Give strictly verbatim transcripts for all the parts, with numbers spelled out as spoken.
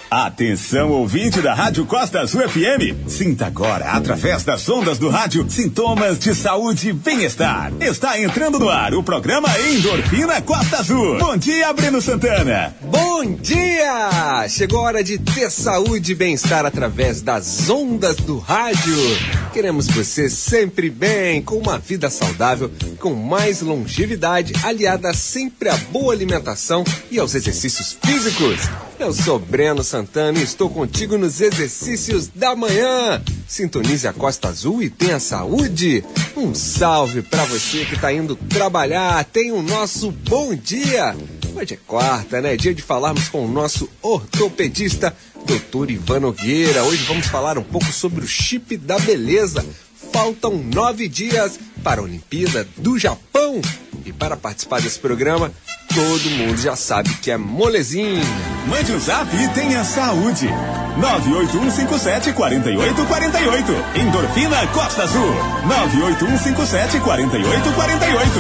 Atenção, ouvinte da Rádio Costa Azul F M. Sinta agora, através das ondas do rádio, sintomas de saúde e bem-estar. Está entrando no ar o programa Endorfina Costa Azul. Bom dia, Breno Santana. Bom dia! Chegou a hora de ter saúde e bem-estar através das ondas do rádio. Queremos você sempre bem, com uma vida saudável, com mais longevidade, aliada sempre à boa alimentação e aos exercícios físicos. Eu sou Breno Santana e estou contigo nos exercícios da manhã. Sintonize a Costa Azul e tenha saúde. Um salve para você que está indo trabalhar. Tenha o nosso bom dia. Hoje é quarta, né? Dia de falarmos com o nosso ortopedista, doutor Ivan Nogueira. Hoje vamos falar um pouco sobre o chip da beleza. Faltam nove dias para a Olimpíada do Japão. E para participar desse programa, todo mundo já sabe que é molezinha. Mande um zap e tenha saúde. nove oito um cinco sete quatro oito quatro oito. Endorfina Costa Azul. nove oito um cinco sete quatro oito quatro oito.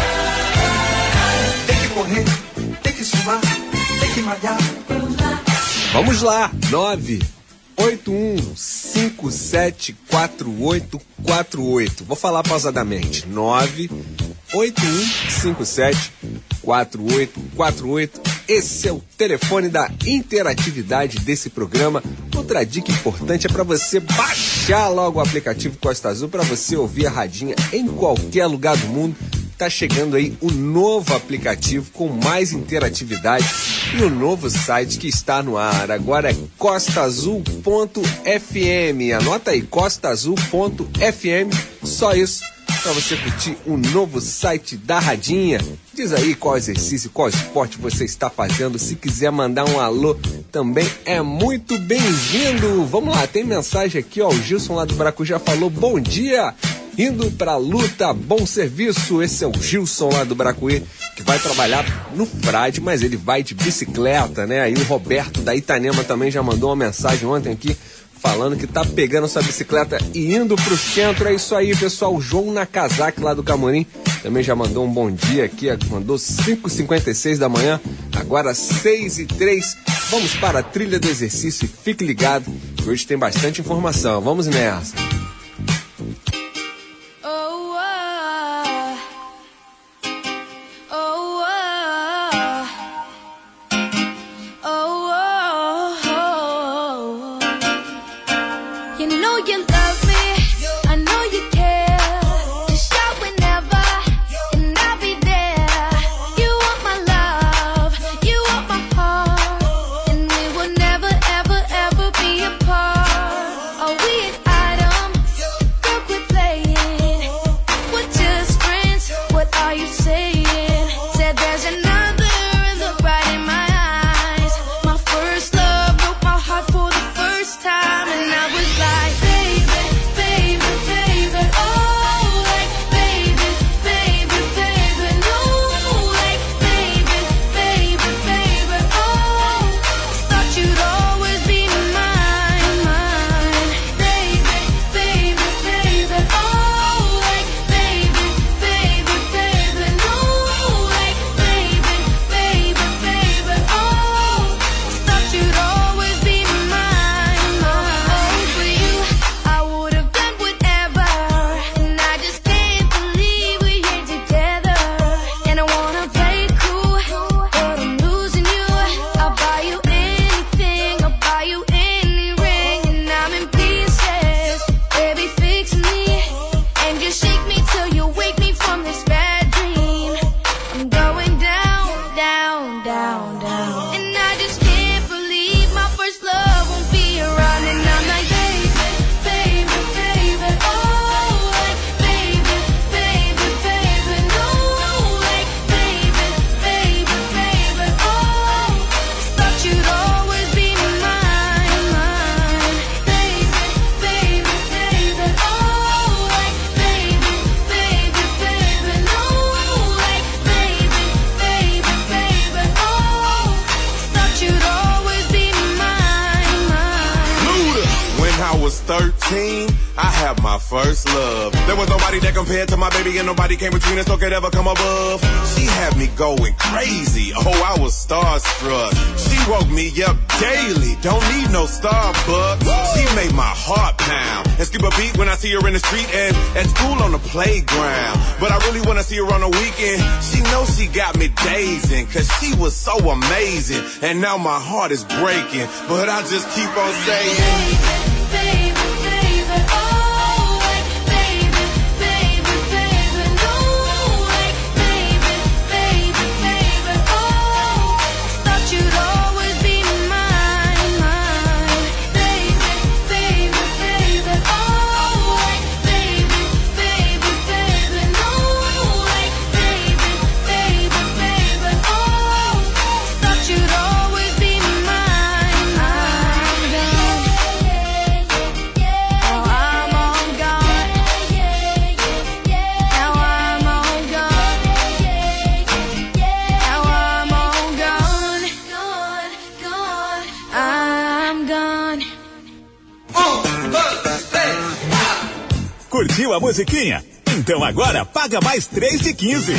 Tem que correr, tem que suar, tem que malhar. Vamos lá. nove oito um cinco sete quatro oito quatro oito. Vou falar pausadamente. nove oito um cinco sete quatro oito quatro oito. Esse é o telefone da interatividade desse programa. Outra dica importante é para você baixar logo o aplicativo Costa Azul para você ouvir a radinha em qualquer lugar do mundo. Tá chegando aí o novo aplicativo com mais interatividade e o novo site que está no ar. Agora é costa azul ponto f m. Anota aí, costa azul ponto f m. Só isso para você curtir o novo site da radinha. Diz aí qual exercício, qual esporte você está fazendo. Se quiser mandar um alô, também é muito bem-vindo. Vamos lá, tem mensagem aqui, ó. O Gilson lá do Bracu já falou bom dia. Indo pra luta, bom serviço. Esse é o Gilson lá do Bracuí, que vai trabalhar no Frade, mas ele vai de bicicleta, né? Aí o Roberto da Itanema também já mandou uma mensagem ontem aqui, falando que tá pegando sua bicicleta e indo pro centro. É isso aí, pessoal. O João Nakazaki lá do Camorim também já mandou um bom dia aqui, mandou cinco e cinquenta e seis da manhã, agora seis e três. Vamos para a trilha do exercício e fique ligado, que hoje tem bastante informação. Vamos nessa. thirteen, I have my first love. There was nobody that compared to my baby, and nobody came between us or could ever come above. She had me going crazy. Oh, I was starstruck. She woke me up daily, don't need no Starbucks. She made my heart pound and skip a beat when I see her in the street and at school on the playground. But I really wanna see her on the weekend. She knows she got me dazing, cause she was so amazing. And now my heart is breaking, but I just keep on saying, baby, baby, baby, oh. Curtiu a musiquinha? Então agora paga mais três de quinze.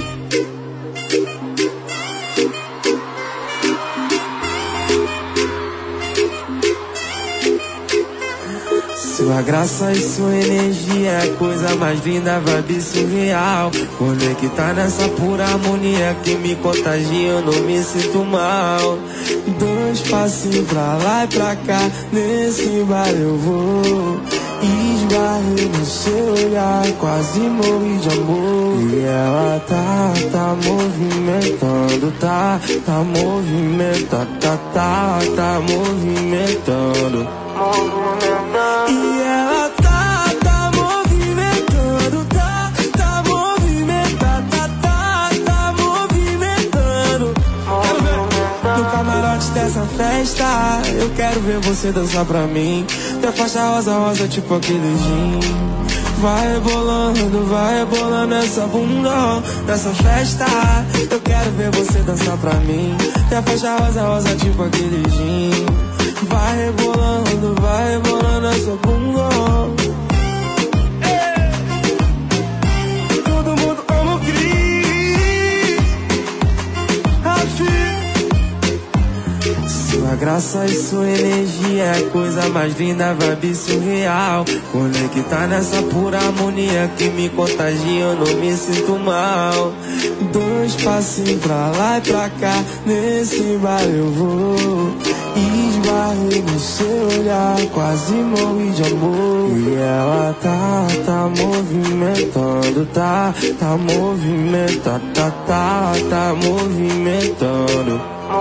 Sua graça e sua energia é a coisa mais linda, vibe surreal. Conectar nessa pura harmonia que me contagia, eu não me sinto mal. Dois passinhos pra lá e pra cá, nesse bar eu vou. Esbarrei no seu olhar, quase morri de amor. E ela tá, tá movimentando, tá, tá movimentando, tá, tá, tá movimentando. E ela tá, tá movimentando, tá, tá movimentando, tá, tá, tá movimentando. Quero ver no camarote dessa festa, eu quero ver você dançar pra mim. Tem faixa rosa, rosa, tipo aquele gin. Vai rebolando, vai rebolando essa bunda nessa festa. Eu quero ver você dançar pra mim. Tem faixa rosa, rosa, tipo aquele gin. Vai rebolando, vai rebolando essa bunda. Todo mundo ama o Cris. Rafi. Sua graça e sua energia é a coisa mais linda, vibe surreal. Conectar nessa pura harmonia que me contagia, eu não me sinto mal. Dois passinhos pra lá e pra cá, nesse bar eu vou. Esbarrei no seu olhar, quase morri de amor. E ela tá, tá movimentando, tá, tá movimentando, tá, tá, tá movimentando.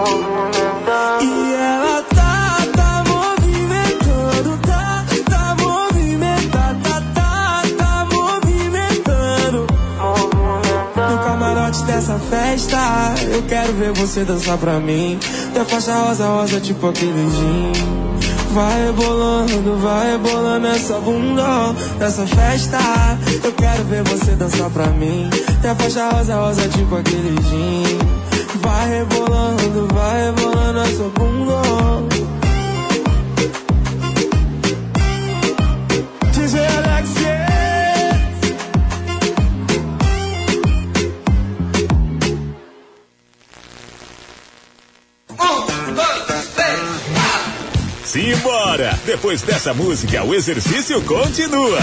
E ela tá, tá movimentando, tá, tá movimentando, tá, tá, tá movimentando. No camarote dessa festa, eu quero ver você dançar pra mim. Tem faixa rosa, rosa, tipo aquele gin. Vai rebolando, vai rebolando essa bunda nessa festa. Eu quero ver você dançar pra mim. Tem faixa rosa, rosa, tipo aquele gin. Vai rebolando, vai rebolando essa bunda. D J Alexis. Simbora! Depois dessa música, o exercício continua.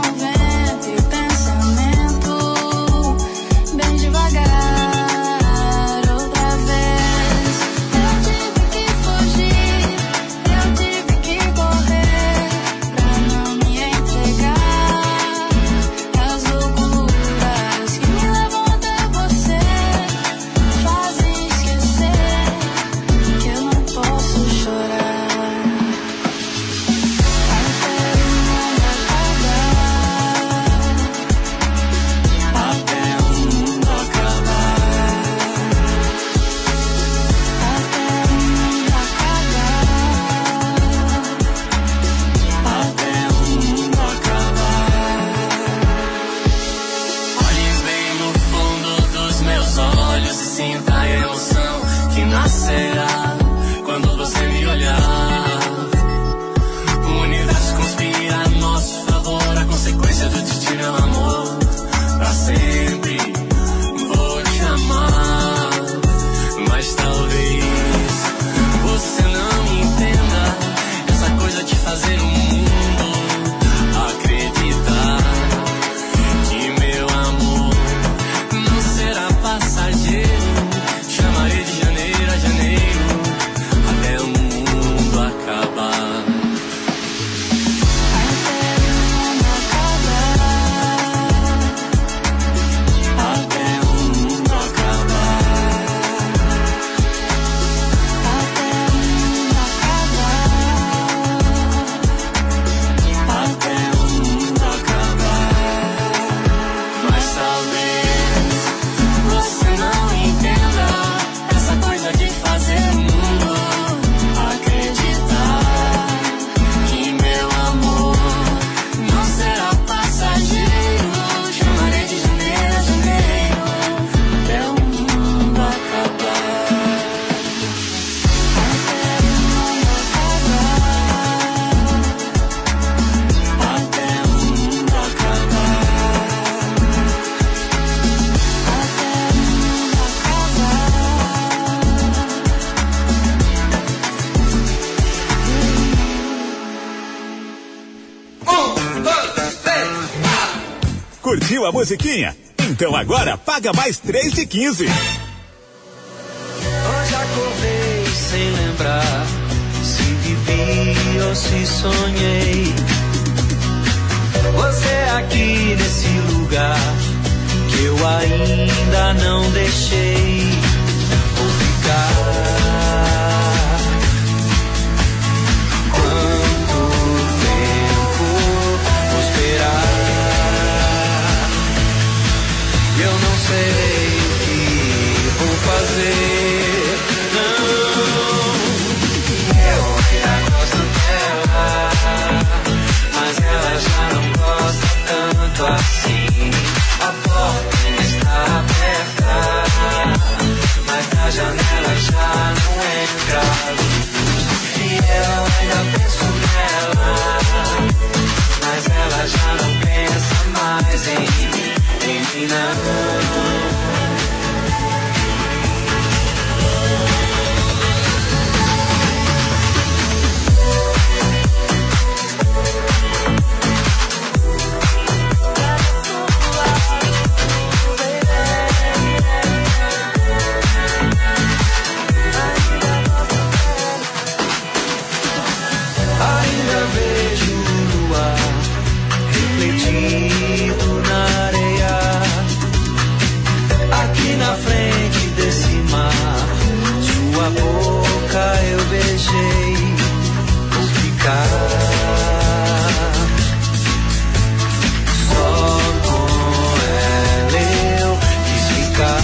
Devagar sinta a emoção que nascerá quando você me olhar. O universo conspira a nosso favor, a consequência do destino é o amor. Pra sempre vou te amar, mas talvez você não entenda essa coisa de fazer o mundo acreditar que meu amor não será passageiro. Chamarei de janeiro a janeiro até o mundo acabar. Curtiu a musiquinha? Então agora paga mais três de quinze. Hoje acordei sem lembrar se vivi ou se sonhei. Você aqui nesse lugar que eu ainda não deixei. Vou ficar. Quanto tempo vou esperar? Eu não sei o que vou fazer, não. Eu ainda gosto dela, mas ela já não gosta tanto assim. A porta está aberta, mas na janela já não entra luz. E eu ainda penso nela, mas ela já não pensa mais em mim. Em mim não. Ainda vejo o luar refletido na areia, aqui na frente desse mar. Sua boca eu beijei. Vou ficar só com ela, eu quis ficar.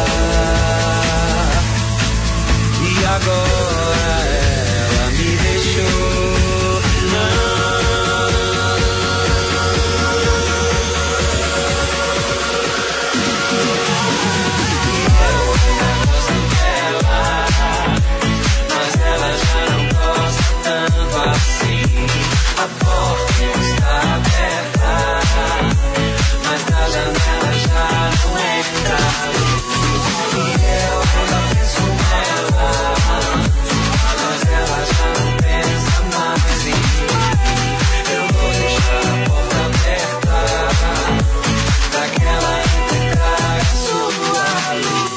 E agora ela me deixou. A porta está aberta, mas na janela já não entra luz. E eu ainda penso nela, mas ela já não pensa mais em mim. Eu vou deixar a porta aberta pra que ela entre e traga sua luz.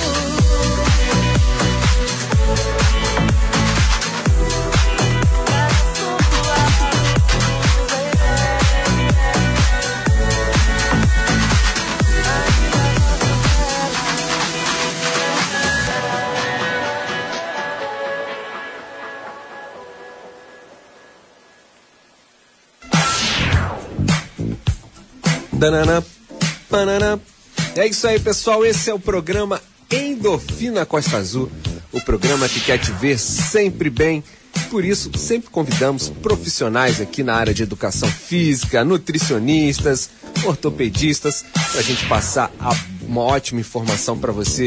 Danana, banana. É isso aí, pessoal. Esse é o programa Endorfina Costa Azul, o programa que quer te ver sempre bem. Por isso, sempre convidamos profissionais aqui na área de educação física, nutricionistas, ortopedistas, para a gente passar a, uma ótima informação para você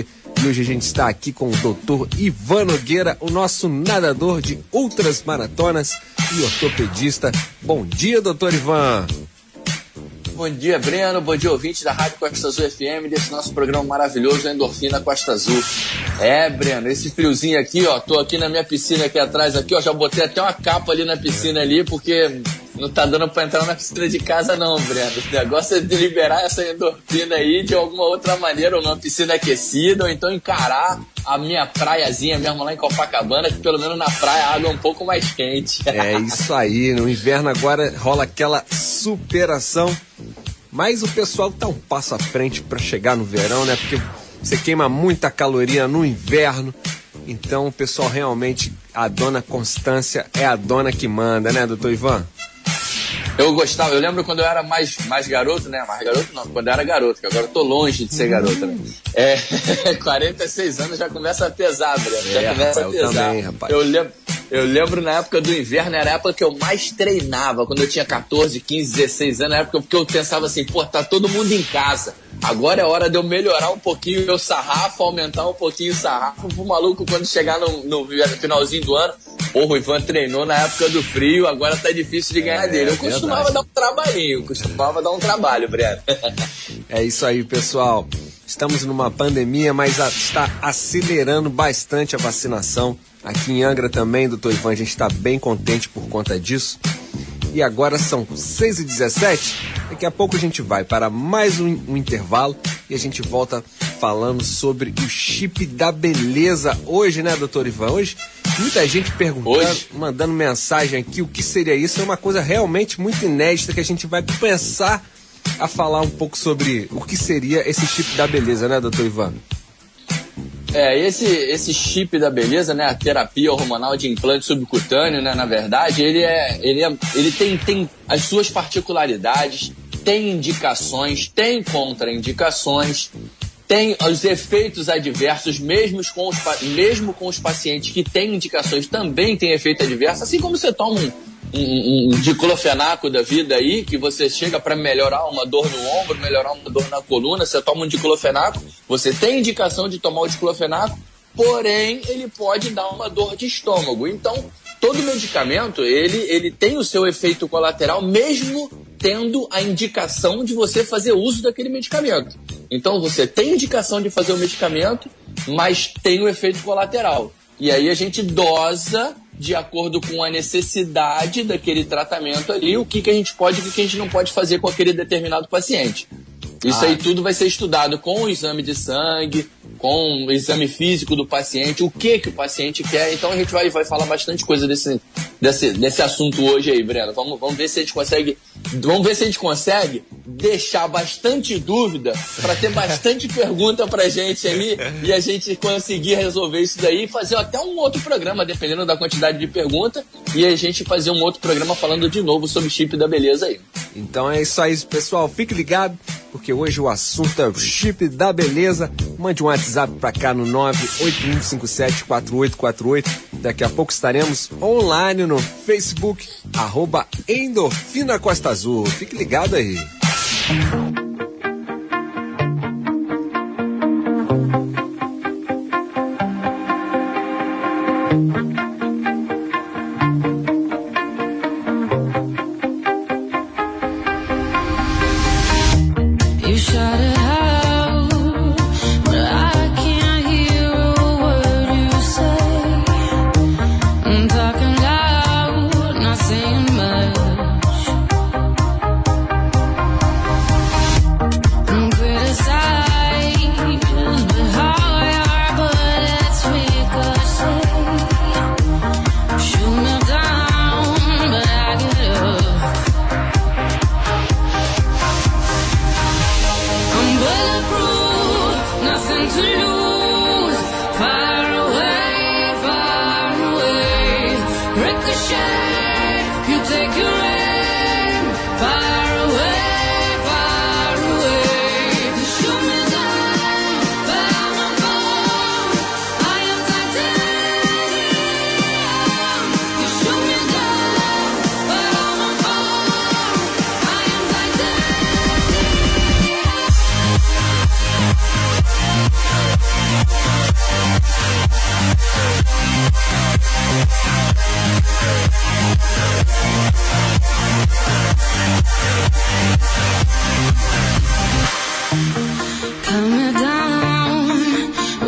E hoje a gente está aqui com o doutor Ivan Nogueira, o nosso nadador de ultras maratonas e ortopedista. Bom dia, doutor Ivan. Bom dia, Breno. Bom dia, ouvinte da Rádio Costa Azul F M, desse nosso programa maravilhoso, Endorfina Costa Azul. É, Breno, esse friozinho aqui, ó, tô aqui na minha piscina aqui atrás, aqui, ó, já botei até uma capa ali na piscina ali, porque não tá dando pra entrar na piscina de casa não, Breno. O negócio é de liberar essa endorfina aí de alguma outra maneira, ou numa piscina aquecida, ou então encarar a minha praiazinha mesmo lá em Copacabana, que pelo menos na praia a água é um pouco mais quente. É isso aí, no inverno agora rola aquela superação, mas o pessoal tá um passo à frente para chegar no verão, né? Porque você queima muita caloria no inverno, então o pessoal realmente, a dona Constância é a dona que manda, né, doutor Ivan? Eu gostava, eu lembro quando eu era mais, mais garoto, né? Mais garoto não, quando eu era garoto, que agora eu tô longe de ser garoto, né? É, quarenta e seis anos já começa a pesar, Breno, já é, começa rapaz, a pesar. Eu também, rapaz. Eu lembro, eu lembro na época do inverno, era a época que eu mais treinava, quando eu tinha catorze, quinze, dezesseis anos, era a época porque eu pensava assim, pô, tá todo mundo em casa. Agora é hora de eu melhorar um pouquinho o meu sarrafo, aumentar um pouquinho o sarrafo pro maluco quando chegar no, no finalzinho do ano. Porra, o Ivan treinou na época do frio, agora tá difícil de ganhar é, dele. Eu costumava verdade. dar um trabalhinho, costumava dar um trabalho, Breno. É isso aí, pessoal. Estamos numa pandemia, mas a, está acelerando bastante a vacinação. Aqui em Angra também, doutor Ivan, a gente está bem contente por conta disso. E agora são seis e dezessete, daqui a pouco a gente vai para mais um, um intervalo e a gente volta falando sobre o chip da beleza. Hoje, né, doutor Ivan? Hoje, muita gente perguntando, Hoje. mandando mensagem aqui, o que seria isso? É uma coisa realmente muito inédita que a gente vai começar a falar um pouco sobre o que seria esse chip da beleza, né, doutor Ivan? É, esse, esse chip da beleza, né, a terapia hormonal de implante subcutâneo, né, na verdade, ele, é, ele, é, ele tem, tem as suas particularidades, tem indicações, tem contraindicações, tem os efeitos adversos, mesmo com os, mesmo com os pacientes que têm indicações também tem efeito adverso, assim como você toma um Um, um diclofenaco da vida aí, que você chega para melhorar uma dor no ombro, melhorar uma dor na coluna, você toma um diclofenaco, você tem indicação de tomar o diclofenaco, porém ele pode dar uma dor de estômago. Então, todo medicamento, ele, ele tem o seu efeito colateral, mesmo tendo a indicação de você fazer uso daquele medicamento. Então, você tem indicação de fazer o medicamento, mas tem o efeito colateral. E aí a gente dosa de acordo com a necessidade daquele tratamento ali, o que, que a gente pode e o que a gente não pode fazer com aquele determinado paciente. Isso ah. aí tudo vai ser estudado com o exame de sangue, com o exame físico do paciente, o que, que o paciente quer. Então a gente vai, vai falar bastante coisa desse, desse, desse assunto hoje aí, Breno. Vamos, vamos ver se a gente consegue. Vamos ver se a gente consegue deixar bastante dúvida para ter bastante pergunta pra gente aí e a gente conseguir resolver isso daí e fazer até um outro programa, dependendo da quantidade de pergunta, e a gente fazer um outro programa falando de novo sobre chip da beleza aí. Então é isso aí, pessoal. Fique ligado, porque hoje o assunto é o chip da beleza. Mande um WhatsApp pra cá no nove oito um cinco sete quatro oito quatro oito. Daqui a pouco estaremos online no Facebook, arroba Endorfina Costa Azul. Fique ligado aí.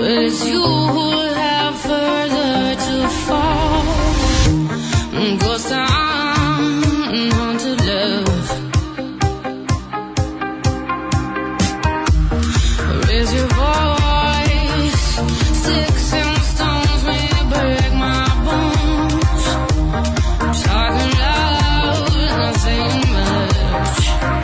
It's you who have further to fall. Ghost town, haunted love. Raise your voice. Sticks and stones may break my bones. I'm talking loud, not saying much.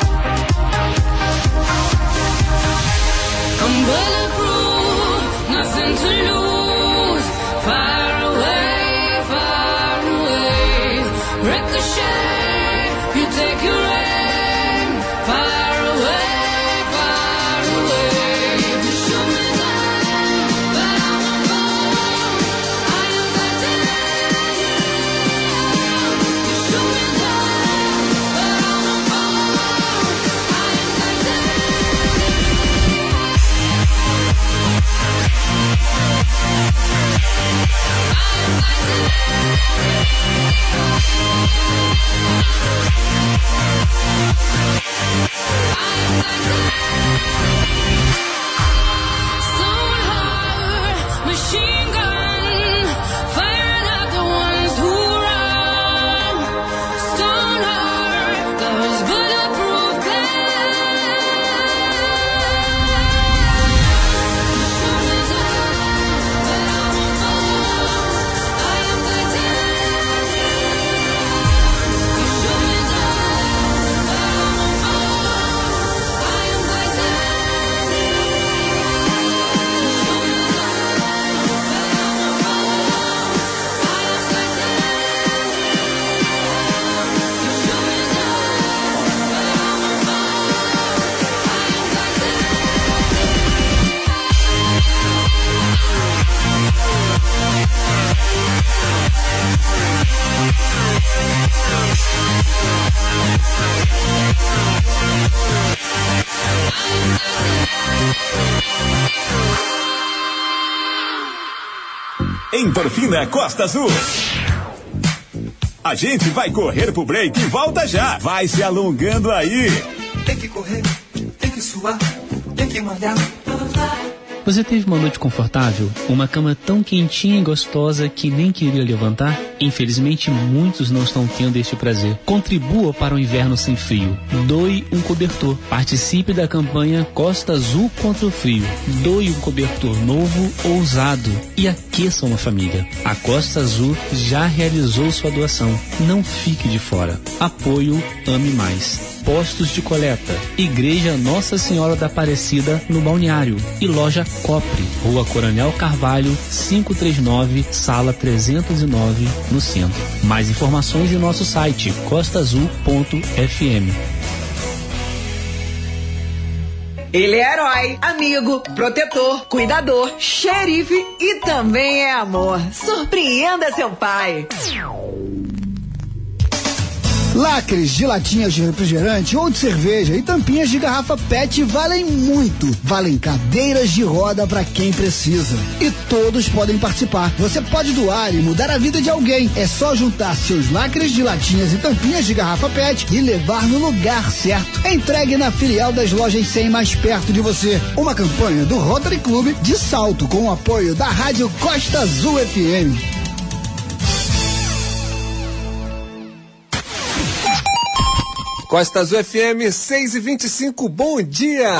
I'm bulletproof, nothing to lose. Far away, far away. Ricochet, you take your aim. Far away, far away. You shoot me down, but I'm a ball. I am titanium. You shoot me down, but I'm a ball. I am Stone heart, machine gun, firing at the ones who run. Stone heart, those bulletproof glass. Shoot me down, but I won't fall. I am titanium. You shoot me down, but I won't fall. I am titanium. You shoot me down, but I won't fall. I am titanium. You shoot me down, but I won't Endorfina Costa Azul. A gente vai correr pro break e volta já. Vai se alongando aí. Tem que correr, tem que suar, tem que malhar. Você teve uma noite confortável? Uma cama tão quentinha e gostosa que nem queria levantar? Infelizmente, muitos não estão tendo este prazer. Contribua para o inverno sem frio. Doe um cobertor. Participe da campanha Costa Azul contra o Frio. Doe um cobertor novo ou usado e aqueça uma família. A Costa Azul já realizou sua doação. Não fique de fora. Apoio Ame Mais. Postos de coleta, Igreja Nossa Senhora da Aparecida no Balneário e Loja Copre, Rua Coronel Carvalho, quinhentos e trinta e nove, sala trezentos e nove, no centro. Mais informações em nosso site costa azul ponto f m. Ele é herói, amigo, protetor, cuidador, xerife e também é amor. Surpreenda seu pai. Lacres de latinhas de refrigerante ou de cerveja e tampinhas de garrafa pet valem muito. Valem cadeiras de roda para quem precisa. E todos podem participar. Você pode doar e mudar a vida de alguém. É só juntar seus lacres de latinhas e tampinhas de garrafa pet e levar no lugar certo. Entregue na filial das lojas cem mais perto de você. Uma campanha do Rotary Club de Salto com o apoio da Rádio Costa Azul F M. Costa Azul F M seis e vinte e cinco, bom dia!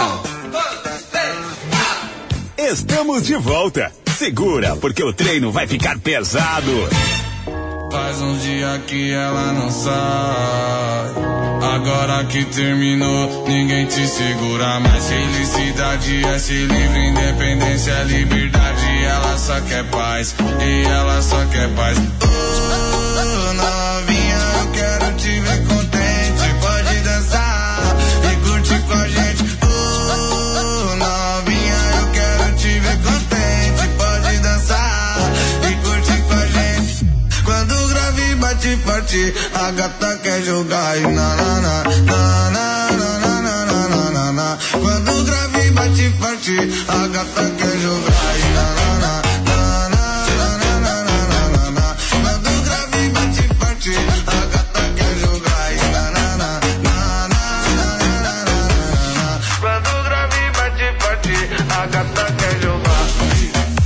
Estamos de volta. Segura, porque o treino vai ficar pesado. Faz um dia que ela não sai. Agora que terminou, ninguém te segura mais. Felicidade é ser livre, independência é liberdade. Ela só quer paz, e ela só quer paz. Oh, novinha, eu quero te ver contente. Pode dançar e curtir com a gente. Oh, novinha, eu quero te ver contente. Pode dançar e curtir com a gente. Quando o grave bate forte, a gata quer jogar e na na na na na na na na na na na. Quando o grave bate forte, a gata quer jogar e na na na na na na na na na na. Quando o grave bate forte, a gata quer jogar e na na na na na na na na. Quando o grave bate forte, a gata quer jogar.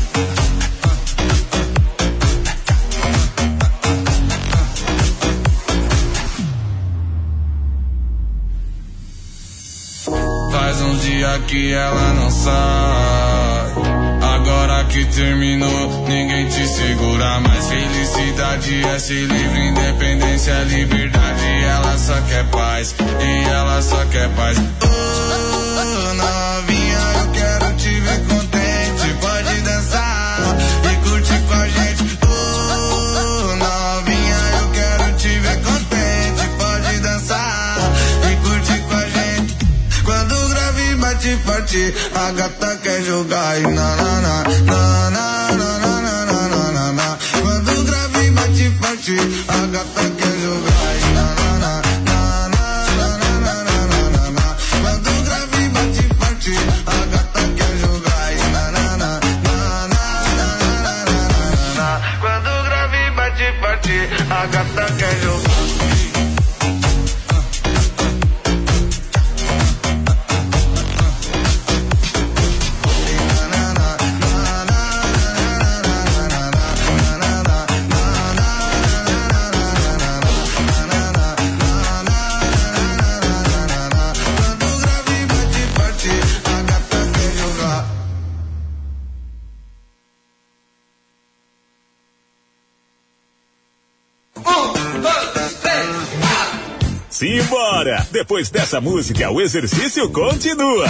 que ela não sai. Agora que terminou, ninguém te segura mais. Felicidade é ser livre, independência é liberdade. Ela só quer paz, e ela só quer paz. Oh, novinha, eu quero te ver contente. Pode dançar e curtir com a gente. Oh, novinha, eu quero te ver contente. Pode dançar e curtir com a gente. Quando o grave bate forte, a gata quer jogar e na na na na na na na na na na na. Quando o grave bate forte, a gata quer jogar e na na na na na na na na na na. Quando o grave bate forte, a gata quer jogar e na na na na na na na na. Quando o grave bate forte, a gata quer jogar. Simbora! Depois dessa música, o exercício continua.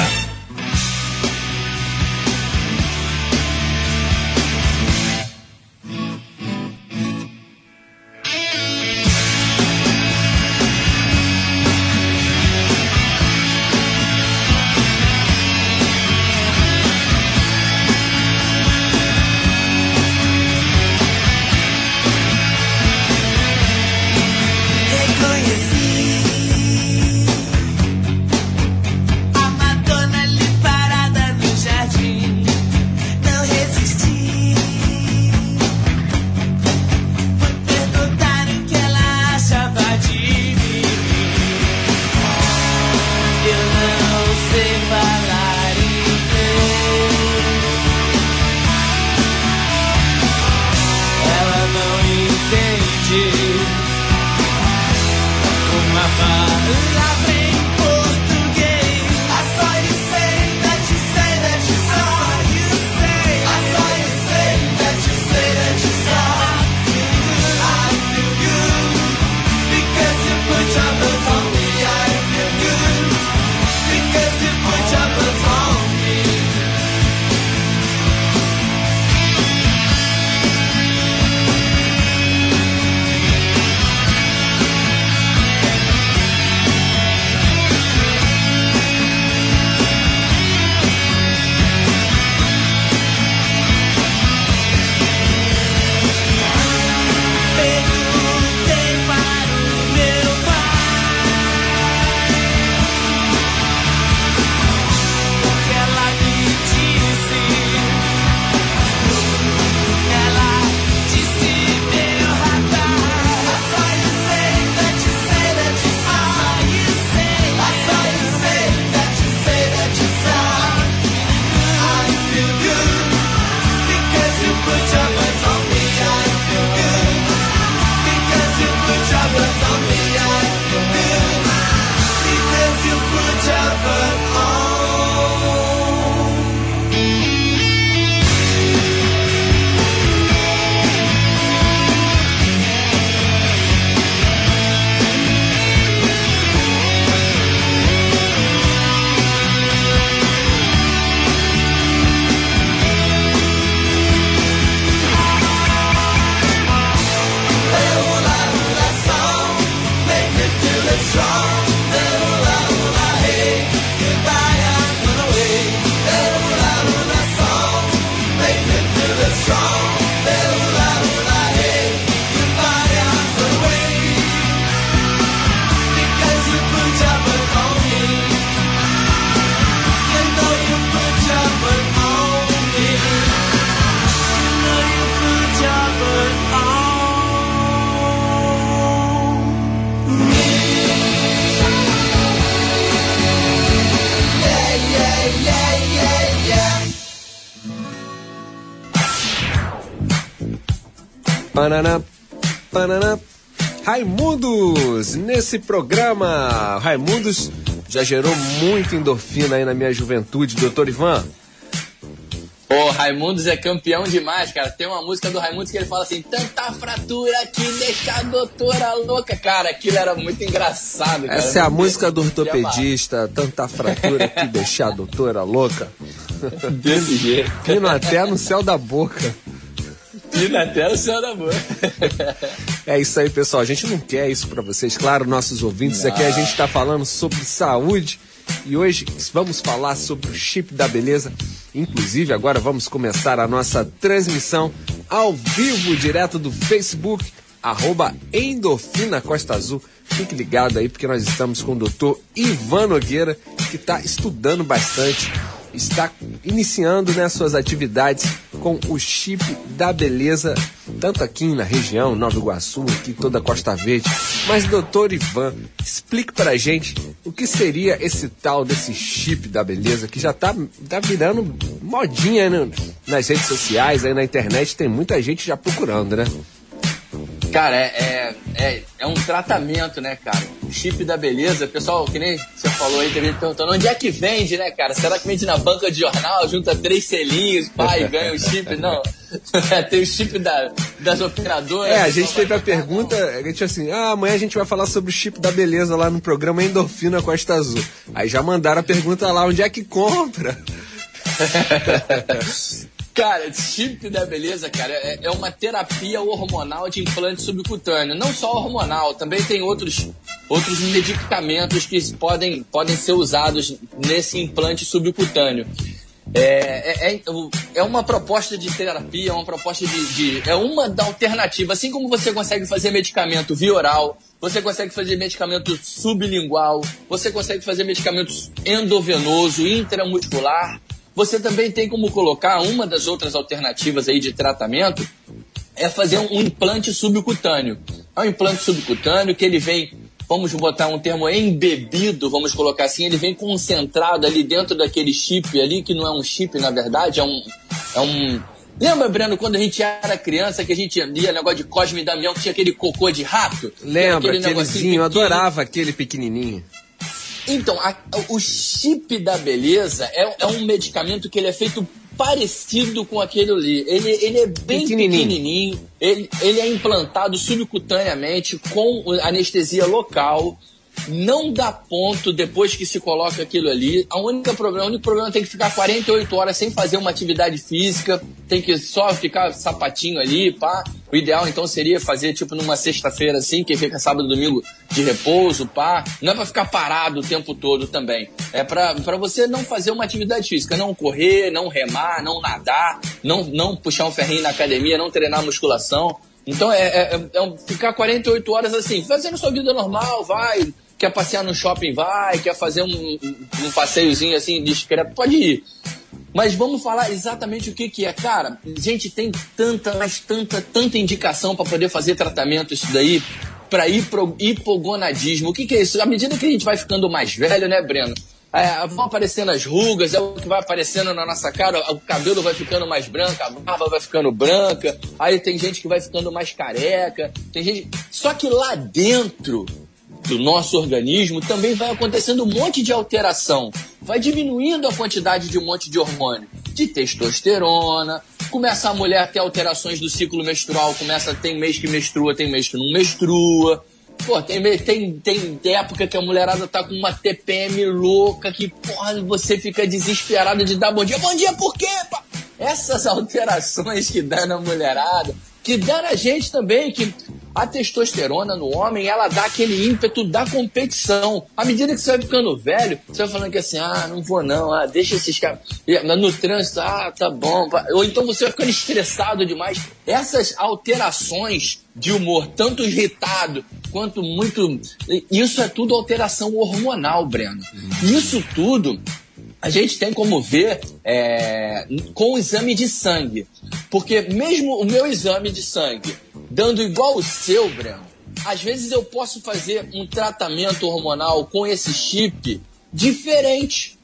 Paraná, Paraná. Raimundos, nesse programa, Raimundos já gerou muita endorfina aí na minha juventude, doutor Ivan? Pô, Raimundos é campeão demais, cara. Tem uma música do Raimundos que ele fala assim: tanta fratura que deixa a doutora louca. Cara, aquilo era muito engraçado, cara. Essa é a música do ortopedista, tanta fratura que deixa a doutora louca. Desse jeito. Pino até no céu da boca. Pino até no céu da boca. É isso aí, pessoal. A gente não quer isso pra vocês. Claro, nossos ouvintes, não. Aqui a gente tá falando sobre saúde. E hoje vamos falar sobre o chip da beleza. Inclusive, agora vamos começar a nossa transmissão ao vivo, direto do Facebook, arroba Endorfina Costa Azul. Fique ligado aí, porque nós estamos com o doutor Ivan Nogueira, que está estudando bastante, está iniciando, né, suas atividades com o chip da beleza, tanto aqui na região, Nova Iguaçu, aqui toda a Costa Verde. Mas, doutor Ivan, explique pra gente o que seria esse tal desse chip da beleza, que já tá, tá virando modinha, né? Nas redes sociais, aí na internet, tem muita gente já procurando, né? Cara, é, é, é, é um tratamento, né, cara? O chip da beleza, pessoal, que nem você falou aí, teve perguntando onde é que vende, né, cara? Será que vende na banca de jornal, junta três selinhos, pá, e ganha o chip? Não. Tem o chip da, das operadoras. É, a gente teve a pergunta, a gente assim, ah, amanhã a gente vai falar sobre o chip da beleza lá no programa Endorfina Costa Azul. Aí já mandaram a pergunta lá, onde é que compra? Cara, chip da beleza, cara, é, é uma terapia hormonal de implante subcutâneo. Não só hormonal, também tem outros, outros medicamentos que podem, podem ser usados nesse implante subcutâneo. É, é, é uma proposta de terapia, é uma proposta de, de... É uma da alternativa. Assim como você consegue fazer medicamento via oral, você consegue fazer medicamento sublingual, você consegue fazer medicamento endovenoso, intramuscular. Você também tem como colocar, uma das outras alternativas aí de tratamento é fazer um implante subcutâneo. É um implante subcutâneo que ele vem, vamos botar um termo embebido, vamos colocar assim, ele vem concentrado ali dentro daquele chip ali, que não é um chip na verdade, é um... É um... Lembra, Breno, quando a gente era criança, que a gente lia negócio de Cosme e Damião, que tinha aquele cocô de rato? Lembra, aquele aquelezinho, eu adorava aquele pequenininho. Então, a, o chip da beleza é, é um medicamento que ele é feito parecido com aquele ali. Ele, ele é bem pequenininho, pequenininho ele, ele é implantado subcutaneamente com anestesia local. Não dá ponto depois que se coloca aquilo ali. A única problema, o único problema é tem que ficar quarenta e oito horas sem fazer uma atividade física. Tem que só ficar sapatinho ali, pá. O ideal, então, seria fazer, tipo, numa sexta-feira, assim, que fica sábado e domingo de repouso, pá. Não é pra ficar parado o tempo todo também. É pra, pra você não fazer uma atividade física. Não correr, não remar, não nadar, não, não puxar um ferrinho na academia, não treinar musculação. Então, é, é, é ficar quarenta e oito horas, assim, fazendo sua vida normal, vai... Quer passear no shopping, vai. Quer fazer um, um passeiozinho assim discreto, pode ir. Mas vamos falar exatamente o que que é. Cara, a gente tem tanta, mas tanta, tanta indicação para poder fazer tratamento isso daí, para hipogonadismo. O que que é isso? À medida que a gente vai ficando mais velho, né, Breno? É, vão aparecendo as rugas, é o que vai aparecendo na nossa cara, o cabelo vai ficando mais branco, a barba vai ficando branca, aí tem gente que vai ficando mais careca, tem gente... Só que lá dentro do nosso organismo também vai acontecendo um monte de alteração. Vai diminuindo a quantidade de um monte de hormônio, de testosterona, começa a mulher a ter alterações do ciclo menstrual, começa, tem mês que menstrua, tem mês que não menstrua. Pô, tem, tem, tem época que a mulherada tá com uma T P M louca, que, porra, você fica desesperado de dar bom dia. Bom dia por quê, pá? Essas alterações que dá na mulherada, que dá na gente também, que a testosterona no homem, ela dá aquele ímpeto da competição. À medida que você vai ficando velho, você vai falando que assim, ah, não vou não, ah, deixa esses caras... No trânsito, ah, tá bom. Ou então você vai ficando estressado demais. Essas alterações de humor, tanto irritado quanto muito... Isso é tudo alteração hormonal, Breno. Isso tudo... A gente tem como ver é, com o exame de sangue. Porque mesmo o meu exame de sangue, dando igual o seu, Breno, às vezes eu posso fazer um tratamento hormonal com esse chip diferente.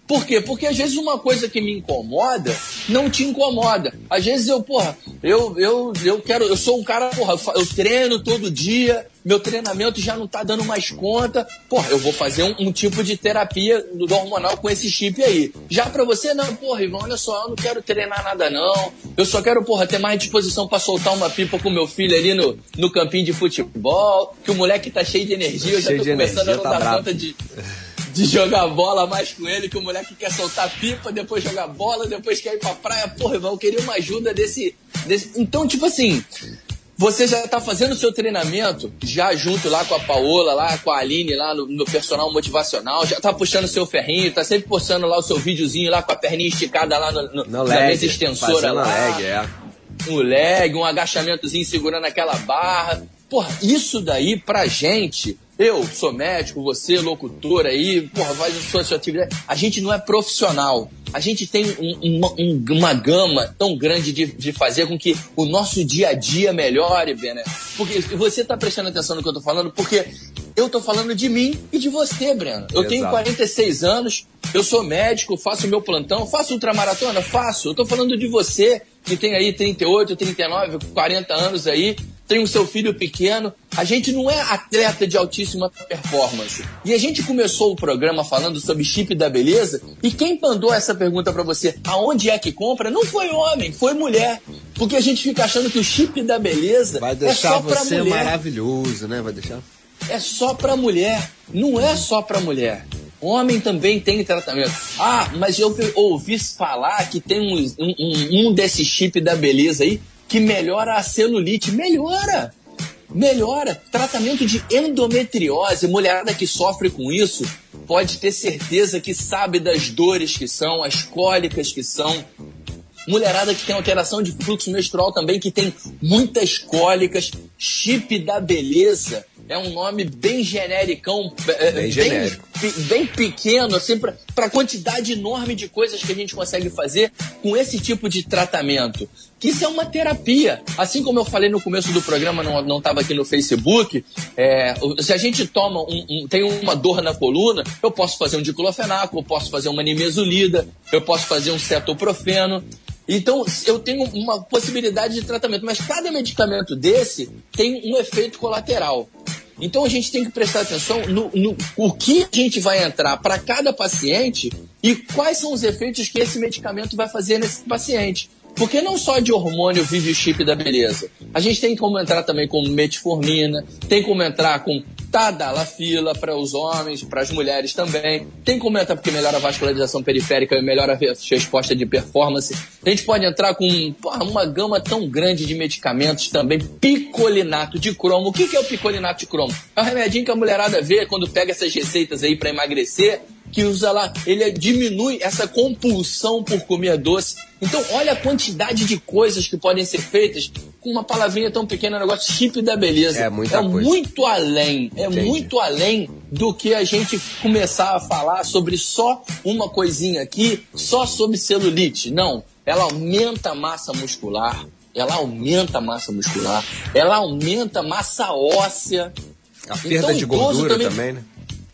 Por quê? Porque às vezes uma coisa que me incomoda não te incomoda. Às vezes eu, porra, eu, eu, eu quero, eu sou um cara, porra, eu treino todo dia, meu treinamento já não tá dando mais conta. Porra, eu vou fazer um, um tipo de terapia do hormonal com esse chip aí. Já pra você, não, porra, Ivan, olha só, eu não quero treinar nada não. Eu só quero, porra, ter mais disposição pra soltar uma pipa com meu filho ali no, no campinho de futebol, que o moleque tá cheio de energia, eu já tô começando a não dar conta de... de jogar bola mais com ele, que o moleque quer soltar pipa, depois jogar bola, depois quer ir pra praia. Porra, irmão, eu queria uma ajuda desse, desse... Então, tipo assim, você já tá fazendo o seu treinamento, já junto lá com a Paola, lá com a Aline, lá no, no personal motivacional, já tá puxando o seu ferrinho, tá sempre postando lá o seu videozinho lá com a perninha esticada lá no, no, no na leg, mesa extensora lá. Leg, é. Um leg, um agachamentozinho segurando aquela barra. Porra, isso daí pra gente... Eu sou médico, você locutor aí, porra, faz a sua, sua atividade. A gente não é profissional. A gente tem um, uma, um, uma gama tão grande de, de fazer com que o nosso dia a dia melhore, Bené. Porque você tá prestando atenção no que eu tô falando, porque eu tô falando de mim e de você, Breno. Eu Exato. tenho quarenta e seis anos, eu sou médico, faço meu plantão, faço ultramaratona? Faço. Eu tô falando de você, que tem aí trinta e oito, trinta e nove, quarenta anos aí, tem o seu filho pequeno. A gente não é atleta de altíssima performance. E a gente começou o programa falando sobre chip da beleza, e quem mandou essa pergunta pra você, aonde é que compra, não foi homem, foi mulher. Porque a gente fica achando que o chip da beleza vai deixar é só pra você mulher. Maravilhoso, né? Vai deixar... É só pra mulher. Não é só pra mulher. Homem também tem tratamento. Ah, mas eu ouvi falar que tem um, um, um desses chip da beleza aí que melhora a celulite. Melhora! Melhora! Tratamento de endometriose. Mulherada que sofre com isso pode ter certeza que sabe das dores que são, as cólicas que são. Mulherada que tem alteração de fluxo menstrual também, que tem muitas cólicas. Chip da beleza é um nome bem genericão, bem, bem, genérico. bem pequeno, assim, para a quantidade enorme de coisas que a gente consegue fazer com esse tipo de tratamento. Que isso é uma terapia. Assim como eu falei no começo do programa, não estava aqui no Facebook, é, se a gente toma um, um, tem uma dor na coluna, eu posso fazer um diclofenaco, eu posso fazer uma nimesulida, eu posso fazer um cetoprofeno. Então, eu tenho uma possibilidade de tratamento, mas cada medicamento desse tem um efeito colateral. Então, a gente tem que prestar atenção no, no o que a gente vai entrar para cada paciente e quais são os efeitos que esse medicamento vai fazer nesse paciente. Porque não só de hormônio vive o chip da beleza. A gente tem como entrar também com metformina, tem como entrar com tadalafila para os homens, para as mulheres também. Tem como entrar porque melhora a vascularização periférica e melhora a resposta de performance. A gente pode entrar com porra, uma gama tão grande de medicamentos também. Picolinato de cromo. O que, que é o picolinato de cromo? É um remedinho que a mulherada vê quando pega essas receitas aí para emagrecer, que usa lá, ele diminui essa compulsão por comer doce. Então, olha a quantidade de coisas que podem ser feitas com uma palavrinha tão pequena, um negócio chip da beleza. É muita é coisa. muito além, é Entendi. muito além do que a gente começar a falar sobre só uma coisinha aqui, só sobre celulite. Não, ela aumenta a massa muscular, ela aumenta a massa muscular, ela aumenta a massa óssea. A perda então, de gordura também, também, né?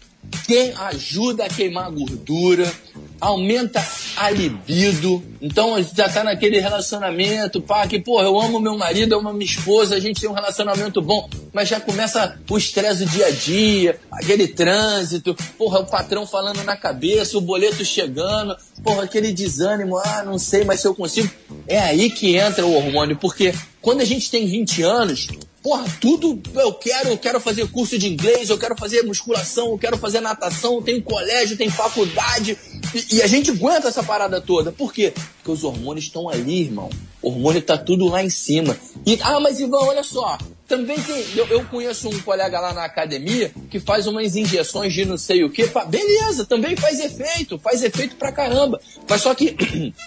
Que ajuda a queimar a gordura, aumenta a libido. Então já tá naquele relacionamento, pá, que, porra, eu amo meu marido, eu amo minha esposa, a gente tem um relacionamento bom, mas já começa o estresse do dia a dia, aquele trânsito, porra, o patrão falando na cabeça, o boleto chegando, porra, aquele desânimo, ah, não sei, mas se eu consigo. É aí que entra o hormônio, porque quando a gente tem vinte anos, porra, tudo eu quero, eu quero fazer curso de inglês, eu quero fazer musculação, eu quero fazer natação, tem colégio, tem faculdade, e, e a gente aguenta essa parada toda. Por quê? Porque os hormônios estão ali, irmão. O hormônio tá tudo lá em cima. E, ah, mas Ivan, olha só, também tem, eu, eu conheço um colega lá na academia que faz umas injeções de não sei o quê, pá, beleza, também faz efeito, faz efeito pra caramba. Mas só que,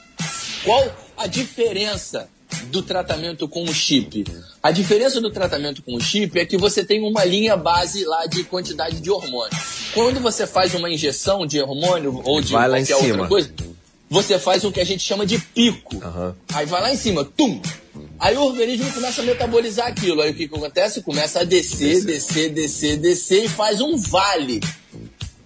qual a diferença do tratamento com o chip? A diferença do tratamento com o chip é que você tem uma linha base lá de quantidade de hormônio. Quando você faz uma injeção de hormônio ou de vai lá qualquer em outra cima. coisa, você faz o que a gente chama de pico. Uhum. Aí vai lá em cima, tum! Aí o organismo começa a metabolizar aquilo. Aí o que, que acontece? Começa a descer, descer, descer, descer e faz um vale.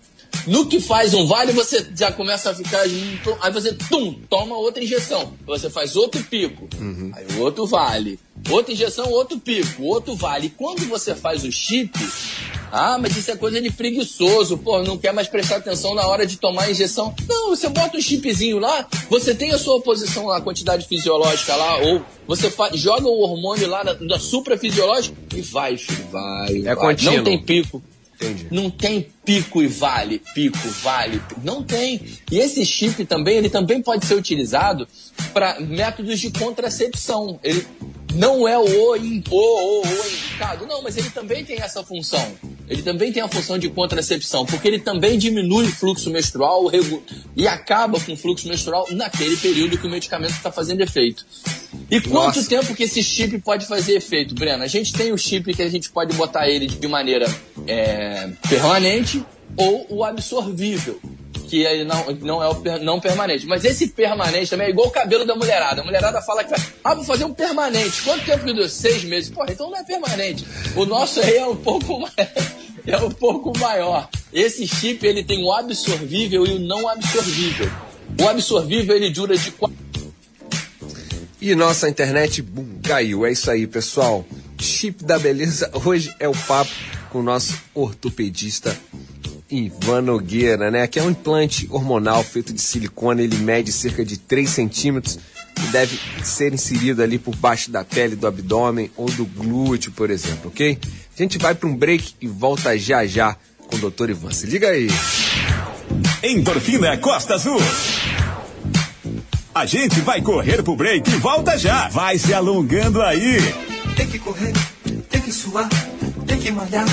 No que faz um vale, você já começa a ficar... Aí você, tum, toma outra injeção. Você faz outro pico. Uhum. Aí outro vale. Outra injeção, outro pico, outro vale. E quando você faz o chip... Ah, mas isso é coisa de preguiçoso. Pô, não quer mais prestar atenção na hora de tomar a injeção. Não, você bota um chipzinho lá, você tem a sua posição lá, a quantidade fisiológica lá, ou você faz, joga o hormônio lá na, na suprafisiológica e vai, filho, vai. É vai. Contínuo. Não tem pico. Entendi. Não tem pico e vale, pico, vale, pico. Não tem. E esse chip também, ele também pode ser utilizado para métodos de contracepção. Ele não é o, o, o, o, o indicado, não, mas ele também tem essa função. Ele também tem a função de contracepção, porque ele também diminui o fluxo menstrual e acaba com o fluxo menstrual naquele período que o medicamento está fazendo efeito. E quanto Nossa. tempo que esse chip pode fazer efeito, Breno? A gente tem o chip que a gente pode botar ele de maneira é, permanente ou o absorvível, que ele não, não é o per, não permanente. Mas esse permanente também é igual o cabelo da mulherada. A mulherada fala que vai, ah, vou fazer um permanente. Quanto tempo que deu? Seis meses. Porra, então não é permanente. O nosso aí é um pouco mais, é um pouco maior. Esse chip, ele tem o absorvível e o não absorvível. O absorvível, ele dura de quatro... E nossa internet, bum, caiu. É isso aí, pessoal. Chip da beleza. Hoje é o papo com o nosso ortopedista Ivan Nogueira, né? Que é um implante hormonal feito de silicone. Ele mede cerca de três centímetros e deve ser inserido ali por baixo da pele do abdômen ou do glúteo, por exemplo, ok? A gente vai para um break e volta já já com o doutor Ivan. Se liga aí. Endorfina Costa Azul. A gente vai correr pro break e volta já. Vai se alongando aí. Tem que correr, tem que suar, tem que malhar.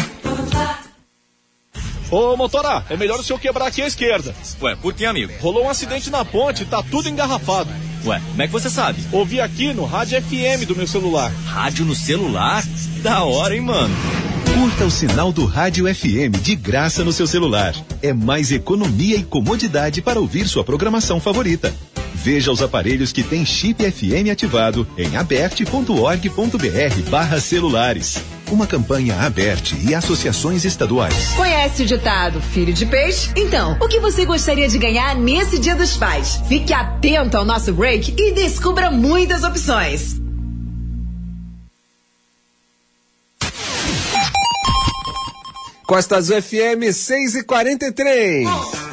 Ô, motora, é melhor o senhor quebrar aqui à esquerda. Ué, por que, amigo? Rolou um acidente na ponte, tá tudo engarrafado. Ué, como é que você sabe? Ouvi aqui no rádio F M do meu celular. Rádio no celular? Da hora, hein, mano? Curta o sinal do Rádio F M de graça no seu celular. É mais economia e comodidade para ouvir sua programação favorita. Veja os aparelhos que têm chip F M ativado em aberte ponto org ponto br barra celulares. Uma campanha Aberte e associações estaduais. Conhece o ditado filho de peixe? Então, o que você gostaria de ganhar nesse Dia dos Pais? Fique atento ao nosso break e descubra muitas opções. Costa Azul F M seis e quarenta e três.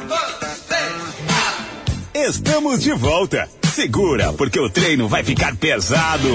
Estamos de volta. Segura, porque o treino vai ficar pesado.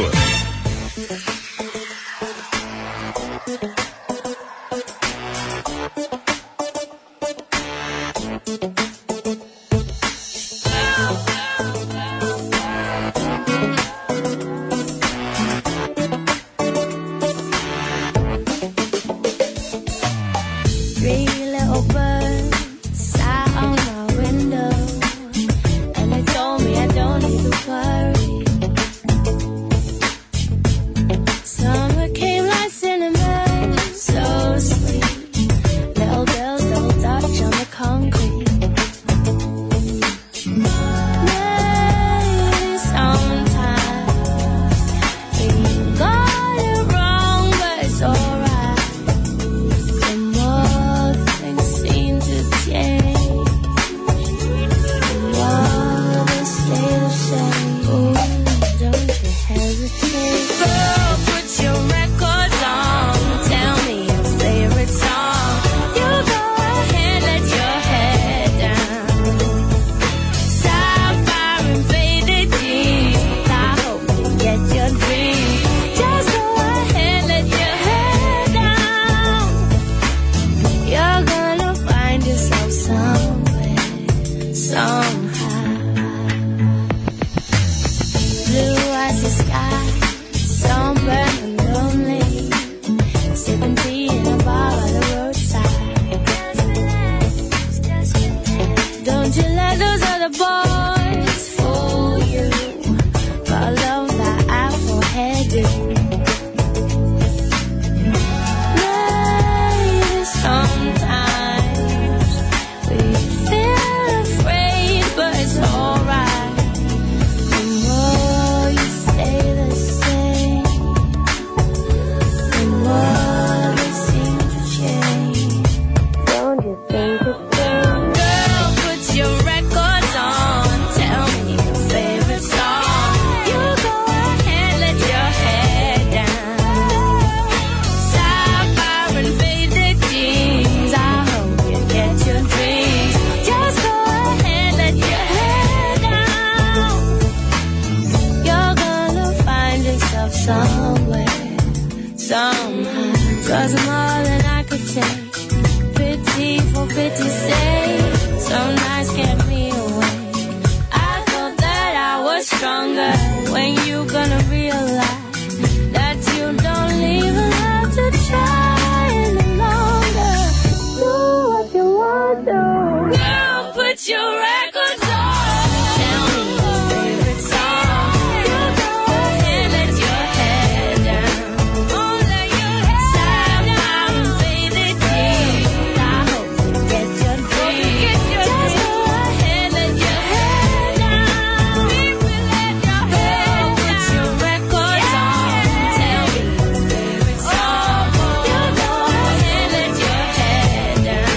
somewhere, somehow. Cause I'm all that I could take. Pity for pity's sake. Some nights kept me awake. I thought that I was stronger. When you gonna realize that you don't even have to try any longer. Do what you want to. Girl, put your records on. Tell me your favorite song. You go ahead, let your head down. Oh, let your head down. Fade it deep. I hope you get your dream. Just go ahead, let your head down. Baby, let your head down. Put your records on. Tell me your favorite song. You go ahead, let your head down.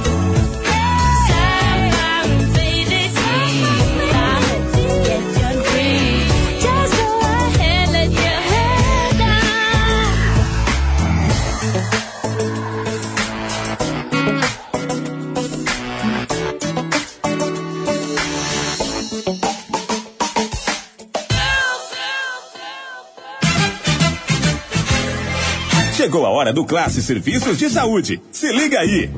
Sapphire and faded deep. I hope you get your dream. Just go ahead, let your head down. Chegou a hora do Classe Serviços de Saúde. Se liga aí.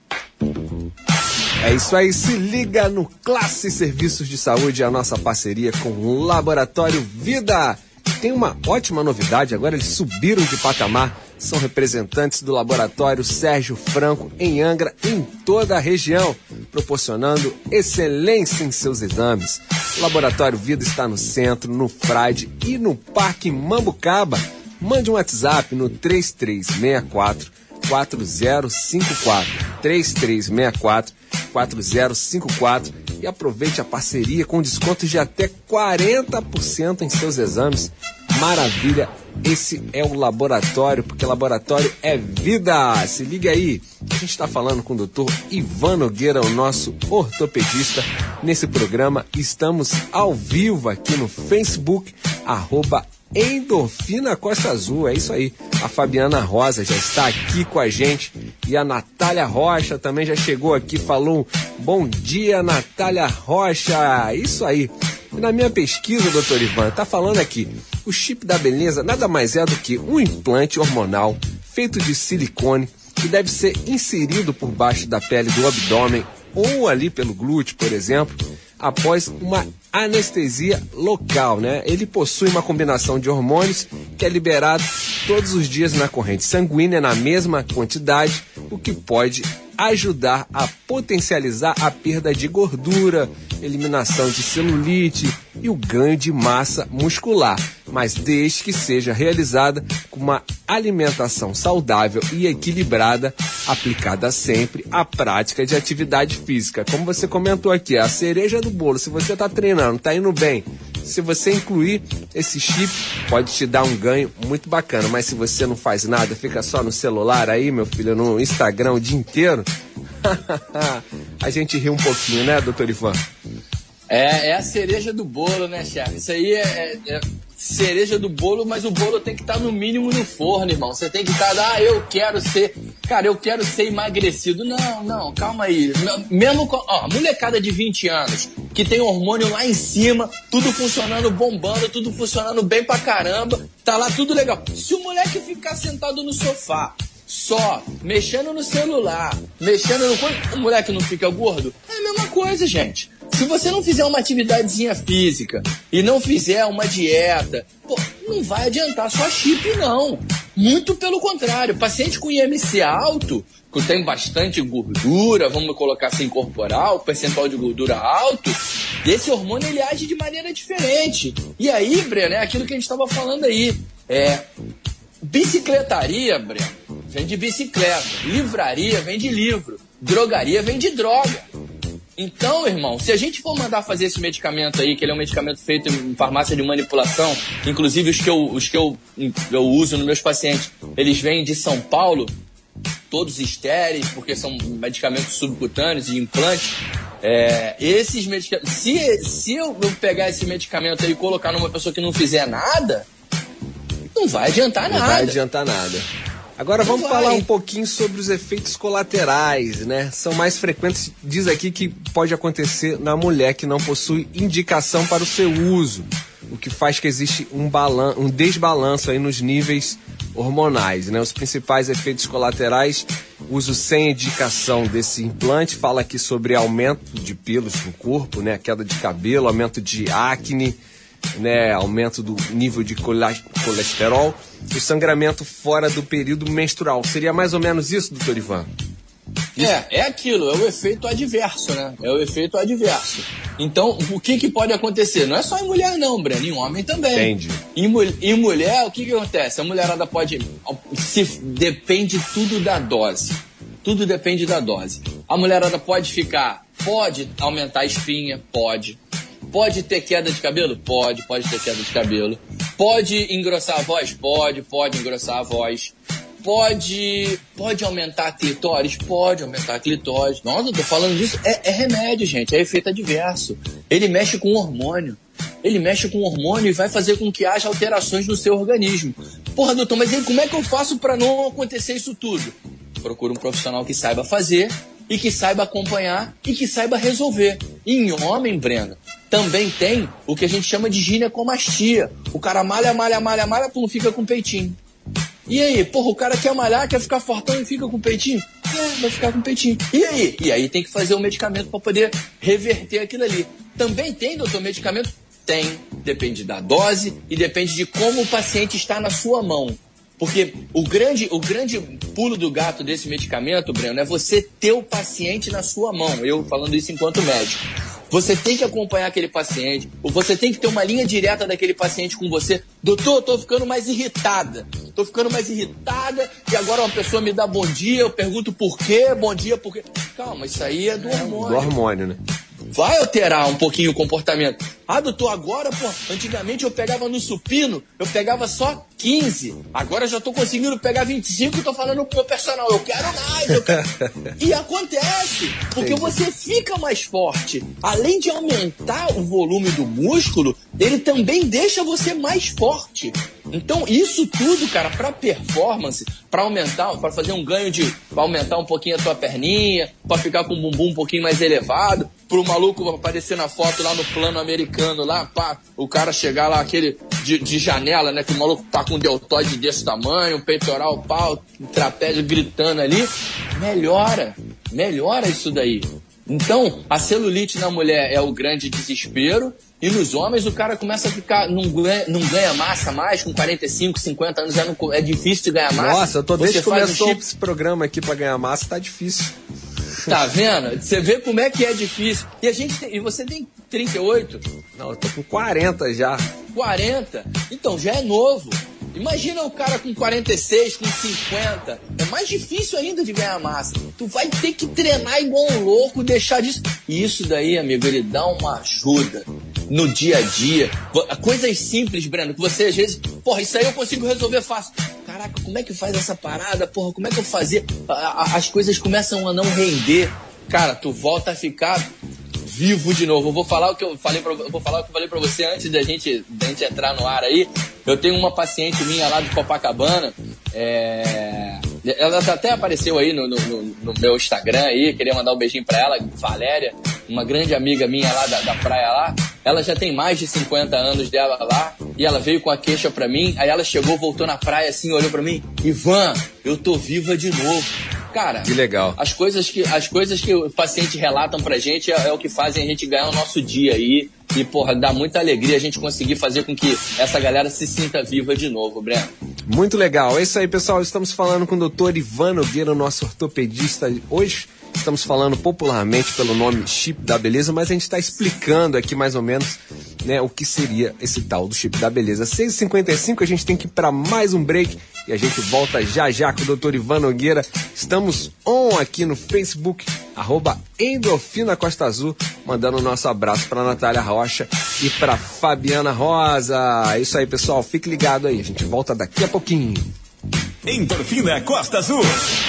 É isso aí, se liga no Classe Serviços de Saúde, a nossa parceria com o Laboratório Vida. Tem uma ótima novidade, agora eles subiram de patamar, são representantes do Laboratório Sérgio Franco em Angra, em toda a região, proporcionando excelência em seus exames. O Laboratório Vida está no centro, no Frade e no Parque Mambucaba. Mande um WhatsApp no três três seis quatro, quatro zero cinco quatro, três três seis quatro, quatro zero cinco quatro e aproveite a parceria com descontos de até quarenta por cento em seus exames. Maravilha, esse é o laboratório, porque laboratório é vida. Se liga aí, a gente está falando com o doutor Ivan Nogueira, o nosso ortopedista. Nesse programa estamos ao vivo aqui no Facebook, arroba Endorfina Costa Azul, é isso aí. A Fabiana Rosa já está aqui com a gente e a Natália Rocha também já chegou aqui, falou bom dia, Natália Rocha, isso aí. E na minha pesquisa, doutor Ivan, tá falando aqui, o chip da beleza nada mais é do que um implante hormonal feito de silicone que deve ser inserido por baixo da pele do abdômen ou ali pelo glúteo, por exemplo, após uma anestesia local, né? Ele possui uma combinação de hormônios que é liberado todos os dias na corrente sanguínea na mesma quantidade, o que pode ajudar a potencializar a perda de gordura, eliminação de celulite e o ganho de massa muscular, mas desde que seja realizada com uma alimentação saudável e equilibrada, aplicada sempre à prática de atividade física. Como você comentou aqui, a cereja do bolo, se você está treinando, está indo bem, se você incluir esse chip, pode te dar um ganho muito bacana, mas se você não faz nada, fica só no celular aí, meu filho, no Instagram o dia inteiro, a gente ri um pouquinho, né, doutor Ivan? É, é a cereja do bolo, né, chefe? Isso aí é, é, é cereja do bolo, mas o bolo tem que estar no mínimo no forno, irmão. Você tem que estar, ah, eu quero ser, cara, eu quero ser emagrecido. Não, não, calma aí. Mesmo com, ó, molecada de vinte anos, que tem hormônio lá em cima, tudo funcionando, bombando, tudo funcionando bem pra caramba, tá lá tudo legal. Se o moleque ficar sentado no sofá, só, mexendo no celular, mexendo no... O moleque não fica gordo? É a mesma coisa, gente. Se você não fizer uma atividadezinha física e não fizer uma dieta, pô, não vai adiantar só chip, não. Muito pelo contrário. Paciente com I M C alto, que tem bastante gordura, vamos colocar assim, corporal, percentual de gordura alto, esse hormônio ele age de maneira diferente. E aí, Breno, é aquilo que a gente estava falando aí. É... Bicicletaria, Breno, vem de bicicleta. Livraria vem de livro. Drogaria vem de droga. Então, irmão, se a gente for mandar fazer esse medicamento aí, que ele é um medicamento feito em farmácia de manipulação, inclusive os que eu, os que eu, eu uso nos meus pacientes, eles vêm de São Paulo, todos estéreis, porque são medicamentos subcutâneos de implante. É, esses medicamentos, se, se eu pegar esse medicamento aí e colocar numa pessoa que não fizer nada, não vai adiantar nada. Não vai adiantar nada. Agora Não vamos vai. falar um pouquinho sobre os efeitos colaterais, né? São mais frequentes, diz aqui que pode acontecer na mulher que não possui indicação para o seu uso. O o que faz que existe um, balan um desbalanço aí nos níveis hormonais, né? Os principais efeitos colaterais, uso sem indicação desse implante, fala aqui sobre aumento de pelos no corpo, né? Queda de cabelo, aumento de acne, né? Aumento do nível de colesterol, o sangramento fora do período menstrual. Seria mais ou menos isso, doutor Ivan? É, é aquilo, é o efeito adverso, né? É o efeito adverso. Então, o que que pode acontecer? Não é só em mulher não, Breno, em homem também. Entendi. Em, mu em mulher, o que que acontece? A mulherada pode... Se, depende tudo da dose. Tudo depende da dose. A mulherada pode ficar... Pode aumentar a espinha? Pode. Pode ter queda de cabelo? Pode, pode ter queda de cabelo. Pode engrossar a voz? Pode, pode engrossar a voz. Pode, pode aumentar a clitóris? Pode aumentar a clitóris. Nossa, eu tô falando disso. É, é remédio, gente. É efeito adverso. Ele mexe com o hormônio. Ele mexe com o hormônio e vai fazer com que haja alterações no seu organismo. Porra, doutor, mas aí como é que eu faço para não acontecer isso tudo? Procura um profissional que saiba fazer e que saiba acompanhar e que saiba resolver. E em homem, Breno, também tem o que a gente chama de ginecomastia. O cara malha, malha, malha, malha, pum, fica com peitinho. E aí, porra, o cara quer malhar, quer ficar fortão e fica com peitinho? É, vai ficar com peitinho. E aí? E aí tem que fazer o medicamento para poder reverter aquilo ali. Também tem, doutor, medicamento? Tem. Depende da dose e depende de como o paciente está na sua mão. Porque o grande, o grande pulo do gato desse medicamento, Breno, é você ter o paciente na sua mão. Eu falando isso enquanto médico. Você tem que acompanhar aquele paciente, ou você tem que ter uma linha direta daquele paciente com você. Doutor, eu tô ficando mais irritada. Tô ficando mais irritada e agora uma pessoa me dá bom dia, eu pergunto por quê, bom dia, por quê. Calma, isso aí é do hormônio. Do hormônio, né? Vai alterar um pouquinho o comportamento. Ah, doutor, agora, pô, antigamente eu pegava no supino, eu pegava só quinze. Agora eu já tô conseguindo pegar vinte e cinco e tô falando pro meu personal, eu quero mais, eu quero... E acontece, porque Entendi. você fica mais forte. Além de aumentar o volume do músculo, ele também deixa você mais forte. Então, isso tudo, cara, pra performance, pra aumentar, pra fazer um ganho de... Pra aumentar um pouquinho a tua perninha, pra ficar com o bumbum um pouquinho mais elevado, pro maluco aparecer na foto lá no plano americano, lá, pá, o cara chegar lá, aquele de, de janela, né, que o maluco tá com um deltoide desse tamanho, peitoral, pau, trapézio gritando ali, melhora, melhora isso daí. Então, a celulite na mulher é o grande desespero, e nos homens o cara começa a ficar, não ganha, não ganha massa mais, com quarenta e cinco, cinquenta anos já não, é difícil de ganhar massa. Nossa, eu tô desde Você que faz começou um chip- esse programa aqui pra ganhar massa, tá difícil. Tá vendo? Você vê como é que é difícil. E a gente tem, e você tem trinta e oito? Não, eu tô com quarenta já. quarenta? Então, já é novo. Imagina o cara com quarenta e seis, com cinquenta. É mais difícil ainda de ganhar massa. Tu vai ter que treinar igual um louco, deixar disso. E isso daí, amigo, ele dá uma ajuda no dia a dia. Coisas simples, Breno, que você às vezes... Porra, isso aí eu consigo resolver fácil. Caraca, como é que faz essa parada? Porra, como é que eu fazia? As coisas começam a não render. Cara, tu volta a ficar vivo de novo. Eu vou falar o que eu falei pra, eu vou falar o que eu falei pra você antes da gente, da gente entrar no ar aí. Eu tenho uma paciente minha lá de Copacabana. É... Ela até apareceu aí no, no, no meu Instagram aí. Queria mandar um beijinho pra ela, Valéria, uma grande amiga minha lá da, da praia lá. Ela já tem mais de cinquenta anos dela lá. E ela veio com a queixa pra mim. Aí ela chegou, voltou na praia assim, olhou pra mim. Ivan, eu tô viva de novo. Cara, que legal. As coisas que, as coisas que os pacientes relatam pra gente é, é o que fazem a gente ganhar o nosso dia aí. E, porra, dá muita alegria a gente conseguir fazer com que essa galera se sinta viva de novo, Breno. Muito legal. É isso aí, pessoal. Estamos falando com o doutor Ivan Nogueira, nosso ortopedista. Hoje estamos falando popularmente pelo nome Chip da Beleza, mas a gente está explicando aqui mais ou menos, né, o que seria esse tal do Chip da Beleza. seis e cinquenta e cinco, a gente tem que ir para mais um break e a gente volta já já com o doutor Ivan Nogueira. Estamos on aqui no Facebook, arroba Endorfina Costa Azul, mandando o nosso abraço para Natália Rocha e para Fabiana Rosa. É isso aí, pessoal. Fique ligado aí. A gente volta daqui a pouquinho. Endorfina Costa Azul.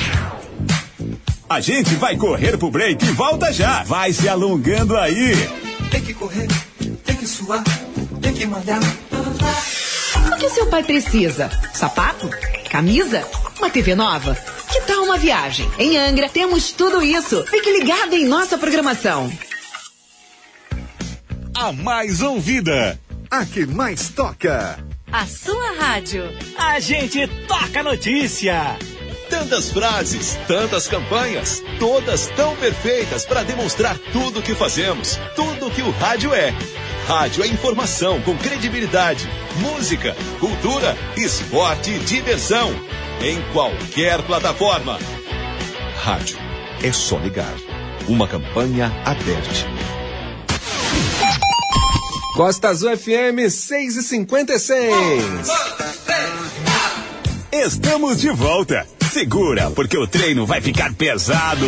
A gente vai correr pro break e volta já. Vai se alongando aí. Tem que correr, tem que suar, tem que malhar. O que seu pai precisa? Sapato? Camisa? Uma T V nova? Que tal uma viagem? Em Angra temos tudo isso. Fique ligado em nossa programação. A mais ouvida. a que mais toca. A sua rádio. A gente toca notícia. Tantas frases, tantas campanhas, todas tão perfeitas para demonstrar tudo o que fazemos, tudo o que o rádio é. Rádio é informação com credibilidade, música, cultura, esporte e diversão. Em qualquer plataforma. Rádio é só ligar. Uma campanha aberta. Costa Azul F M seis e cinquenta e seis. Estamos de volta. Segura, porque o treino vai ficar pesado.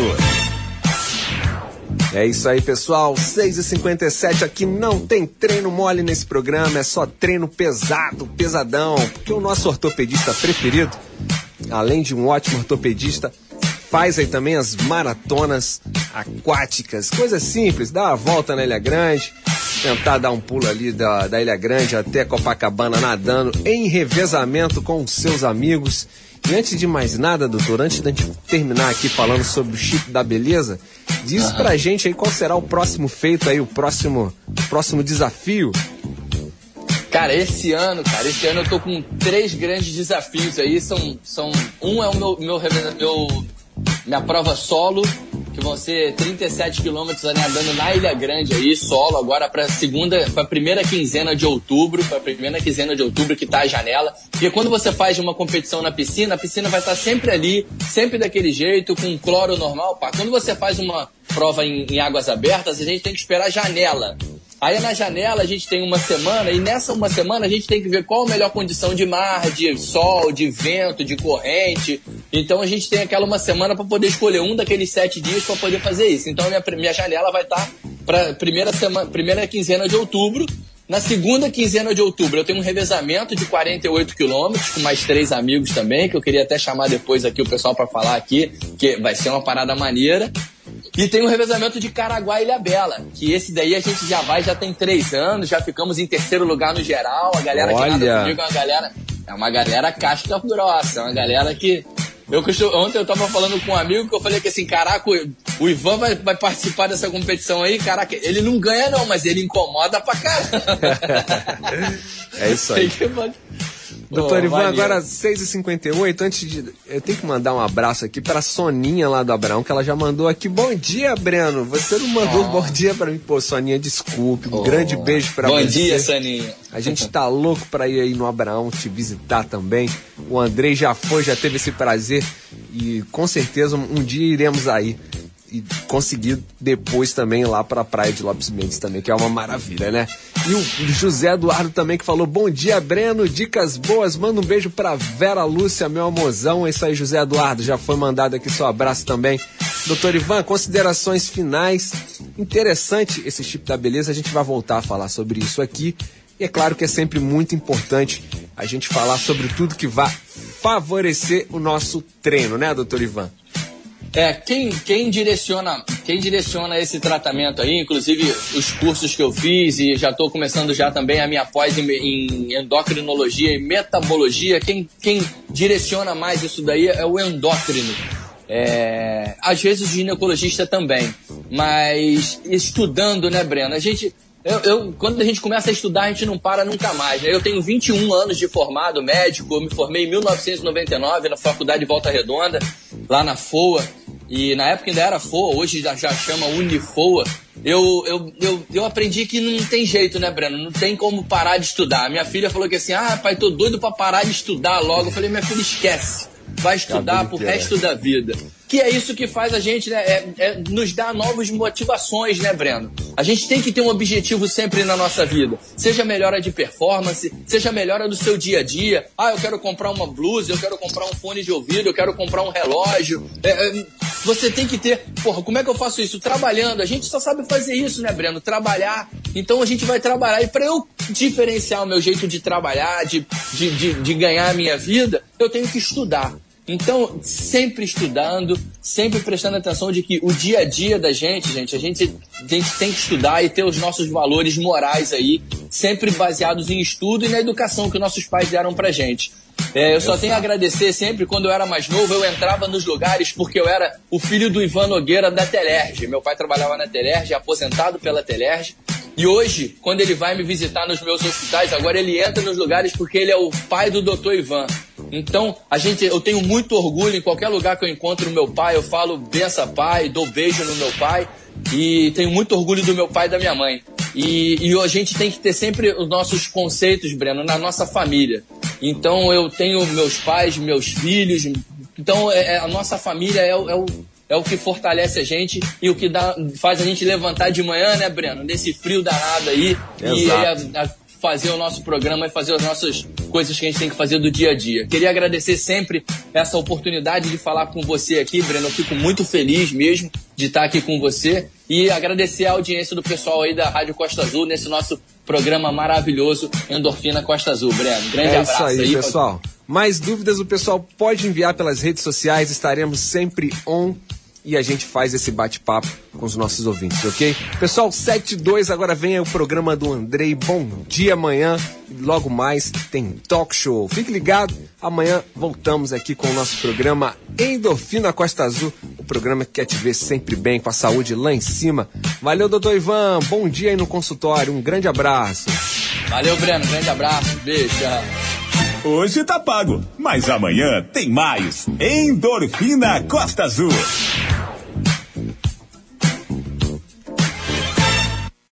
É isso aí, pessoal. seis e cinquenta e sete, aqui não tem treino mole nesse programa, é só treino pesado, pesadão. Porque o nosso ortopedista preferido, além de um ótimo ortopedista, faz aí também as maratonas aquáticas. Coisa simples, dá uma volta na Ilha Grande, tentar dar um pulo ali da, da Ilha Grande até Copacabana nadando em revezamento com os seus amigos. E antes de mais nada, doutor, antes da gente terminar aqui falando sobre o chip da beleza, diz uhum. pra gente aí qual será o próximo feito aí, o próximo, próximo desafio. Cara, esse ano, cara, esse ano eu tô com três grandes desafios aí, são, são um é o meu, meu, meu minha prova solo, que vão ser trinta e sete quilômetros nadando na Ilha Grande aí, solo, agora pra segunda, pra primeira quinzena de outubro, pra primeira quinzena de outubro que tá a janela, porque quando você faz uma competição na piscina, a piscina vai estar sempre ali, sempre daquele jeito, com cloro normal, pá. Quando você faz uma prova em, em águas abertas, a gente tem que esperar a janela. Aí na janela a gente tem uma semana, e nessa uma semana a gente tem que ver qual a melhor condição de mar, de sol, de vento, de corrente. Então a gente tem aquela uma semana para poder escolher um daqueles sete dias para poder fazer isso. Então a minha, minha janela vai estar para primeira semana, primeira quinzena de outubro. Na segunda quinzena de outubro eu tenho um revezamento de quarenta e oito quilômetros com mais três amigos também, que eu queria até chamar depois aqui o pessoal para falar aqui, que vai ser uma parada maneira. E tem o revezamento de Caraguá e Ilhabela, que esse daí a gente já vai, já tem três anos, já ficamos em terceiro lugar no geral. A galera Olha. que nada comigo é uma galera, é uma galera casca grossa, é uma galera que... Eu costumo, ontem eu tava falando com um amigo que eu falei que assim, caraca, o, o Ivan vai, vai participar dessa competição aí, caraca, ele não ganha não, mas ele incomoda pra caramba. É isso aí. Doutor Oh, Ivan, valeu. agora seis e cinquenta e oito, antes de... Eu tenho que mandar um abraço aqui pra Soninha lá do Abraão, que ela já mandou aqui. Bom dia, Breno. Você não mandou Oh. bom dia pra mim. Pô, Soninha, desculpe. Um Oh. grande beijo pra Bom você. Bom dia, Soninha. A gente tá louco pra ir aí no Abraão te visitar também. O Andrei já foi, já teve esse prazer. E com certeza um, um dia iremos aí. E conseguir depois também ir lá pra Praia de Lopes Mendes também, que é uma maravilha, né? E o José Eduardo também que falou, bom dia, Breno, dicas boas, manda um beijo pra Vera Lúcia, meu amozão. É isso aí, José Eduardo, já foi mandado aqui seu abraço também. Doutor Ivan, considerações finais. Interessante esse chip da beleza, a gente vai voltar a falar sobre isso aqui. E é claro que é sempre muito importante a gente falar sobre tudo que vai favorecer o nosso treino, né, doutor Ivan? É, quem, quem, direciona, quem direciona esse tratamento aí, inclusive os cursos que eu fiz e já estou começando já também a minha pós em, em endocrinologia e metabologia, quem, quem direciona mais isso daí é o endócrino. É, às vezes o ginecologista também, mas estudando, né, Breno? A gente... Eu, eu, quando a gente começa a estudar, a gente não para nunca mais, né? Eu tenho vinte e um anos de formado médico, eu me formei em mil novecentos e noventa e nove na Faculdade de Volta Redonda, lá na F O A, e na época ainda era F O A, hoje já, já chama Unifoa. Eu, eu, eu, eu aprendi que não tem jeito, né, Breno? Não tem como parar de estudar. Minha filha falou que assim, ah, pai, tô doido pra parar de estudar logo. Eu falei, minha filha, esquece. Vai estudar pro resto da vida. Que é isso que faz a gente, né? É, é nos dar novas motivações, né, Breno? A gente tem que ter um objetivo sempre na nossa vida. Seja melhora de performance, seja melhora do seu dia a dia. Ah, eu quero comprar uma blusa, eu quero comprar um fone de ouvido, eu quero comprar um relógio. É, é, você tem que ter... Porra, como é que eu faço isso? Trabalhando. A gente só sabe fazer isso, né, Breno? Trabalhar. Então a gente vai trabalhar. E para eu diferenciar o meu jeito de trabalhar, de, de, de, de ganhar a minha vida, eu tenho que estudar. Então, sempre estudando, sempre prestando atenção de que o dia a dia da gente, gente, a gente, a gente tem que estudar e ter os nossos valores morais aí, sempre baseados em estudo e na educação que nossos pais deram pra gente. É, eu só tenho a agradecer sempre, quando eu era mais novo, eu entrava nos lugares porque eu era o filho do Ivan Nogueira da Telerge. Meu pai trabalhava na Telerge, aposentado pela Telerge. E hoje, quando ele vai me visitar nos meus hospitais, agora ele entra nos lugares porque ele é o pai do doutor Ivan. Então, a gente, eu tenho muito orgulho em qualquer lugar que eu encontro o meu pai, eu falo benção pai, dou beijo no meu pai e tenho muito orgulho do meu pai e da minha mãe. E, e a gente tem que ter sempre os nossos conceitos, Breno, na nossa família. Então, eu tenho meus pais, meus filhos, então é, a nossa família é, o- é o... É o que fortalece a gente e o que dá, faz a gente levantar de manhã, né, Breno? Nesse frio danado aí. E Exato. aí, a- a fazer o nosso programa e fazer as nossas coisas que a gente tem que fazer do dia a dia. Queria agradecer sempre essa oportunidade de falar com você aqui, Breno. Eu fico muito feliz mesmo de estar aqui com você e agradecer a audiência do pessoal aí da Rádio Costa Azul nesse nosso programa maravilhoso Endorfina Costa Azul, Breno. Grande É abraço isso aí, aí. pessoal. Mais dúvidas o pessoal pode enviar pelas redes sociais, estaremos sempre on e a gente faz esse bate-papo com os nossos ouvintes, ok? Pessoal, sete e dois, agora vem aí o programa do Andrei. Bom dia amanhã e logo mais tem talk show. Fique ligado, amanhã voltamos aqui com o nosso programa Endorfina Costa Azul, o programa que quer te ver sempre bem, com a saúde lá em cima. Valeu, doutor Ivan, bom dia aí no consultório, um grande abraço. Valeu, Breno. Grande abraço. Beijo. Tchau. Hoje tá pago, mas amanhã tem mais. Endorfina Costa Azul.